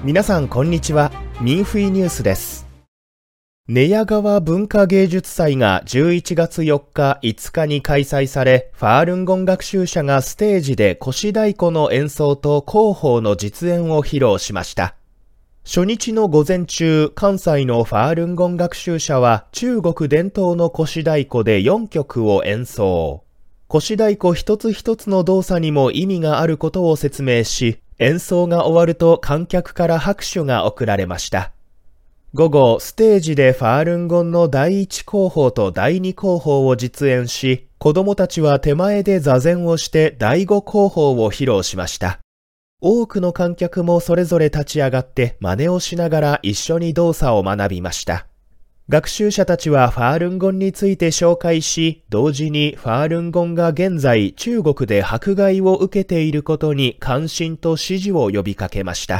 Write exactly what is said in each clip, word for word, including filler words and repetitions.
皆さんこんにちは。ミンフィニュースです。寝屋川文化芸術祭がじゅういちがつよっか、いつかに開催され、ファールンゴン学習者がステージで腰太鼓の演奏と広報の実演を披露しました。初日の午前中、関西のファールンゴン学習者は中国伝統の腰太鼓でよんきょくを演奏。腰太鼓一つ一つの動作にも意味があることを説明し、演奏が終わると観客から拍手が送られました。午後、ステージでファールンゴンのだいいち広報とだいに広報を実演し、子供たちは手前で座禅をしてだいご広報を披露しました。多くの観客もそれぞれ立ち上がって真似をしながら一緒に動作を学びました。学習者たちはファールンゴンについて紹介し、同時にファールンゴンが現在中国で迫害を受けていることに関心と支持を呼びかけました。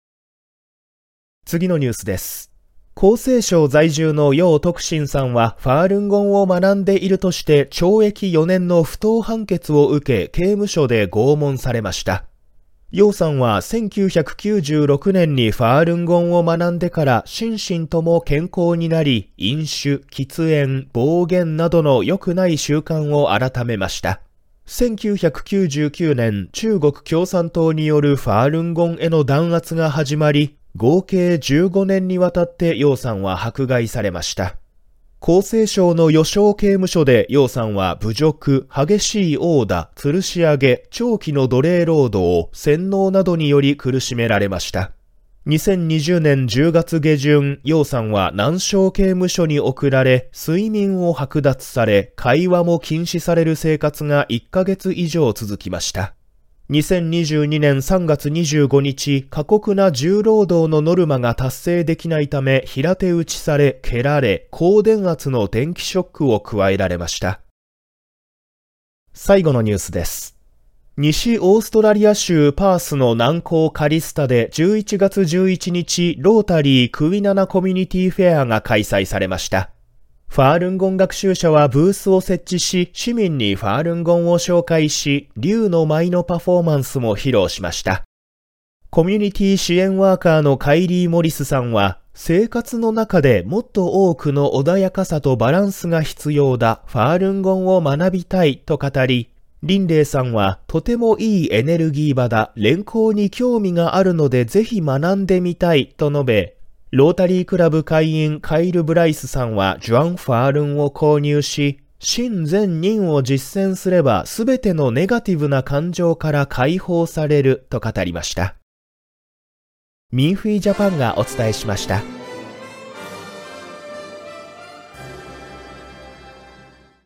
次のニュースです。厚生省在住の楊徳信さんはファールンゴンを学んでいるとして懲役よねんの不当判決を受け刑務所で拷問されました。楊さんはせんきゅうひゃくきゅうじゅうろくねんにファールンゴンを学んでから心身とも健康になり、飲酒、喫煙、暴言などの良くない習慣を改めました。せんきゅうひゃくきゅうじゅうきゅうねん、中国共産党によるファールンゴンへの弾圧が始まり、合計じゅうごねんにわたって楊さんは迫害されました。厚生省の予省刑務所で楊さんは侮辱、激しい殴打、吊るし上げ、長期の奴隷労働、洗脳などにより苦しめられました。にせんにじゅうねんじゅうがつげじゅん、楊さんは南昌刑務所に送られ、睡眠を剥奪され、会話も禁止される生活がいっかげつ以上続きました。にせんにじゅうにねんさんがつにじゅうごにち、過酷な重労働のノルマが達成できないため平手打ちされ、蹴られ、高電圧の電気ショックを加えられました。最後のニュースです。西オーストラリア州パースの南港カリスタでじゅういちがつじゅういちにち、ロータリークウィナナコミュニティフェアが開催されました。ファールンゴン学習者はブースを設置し、市民にファールンゴンを紹介し、竜の舞のパフォーマンスも披露しました。コミュニティ支援ワーカーのカイリー・モリスさんは、生活の中でもっと多くの穏やかさとバランスが必要だ、ファールンゴンを学びたいと語り、リンレイさんは、とてもいいエネルギー場だ、連行に興味があるのでぜひ学んでみたいと述べ、ロータリークラブ会員カイル・ブライスさんはジュアン・ファールンを購入し、心善忍を実践すればすべてのネガティブな感情から解放されると語りました。ミンフィージャパンがお伝えしました。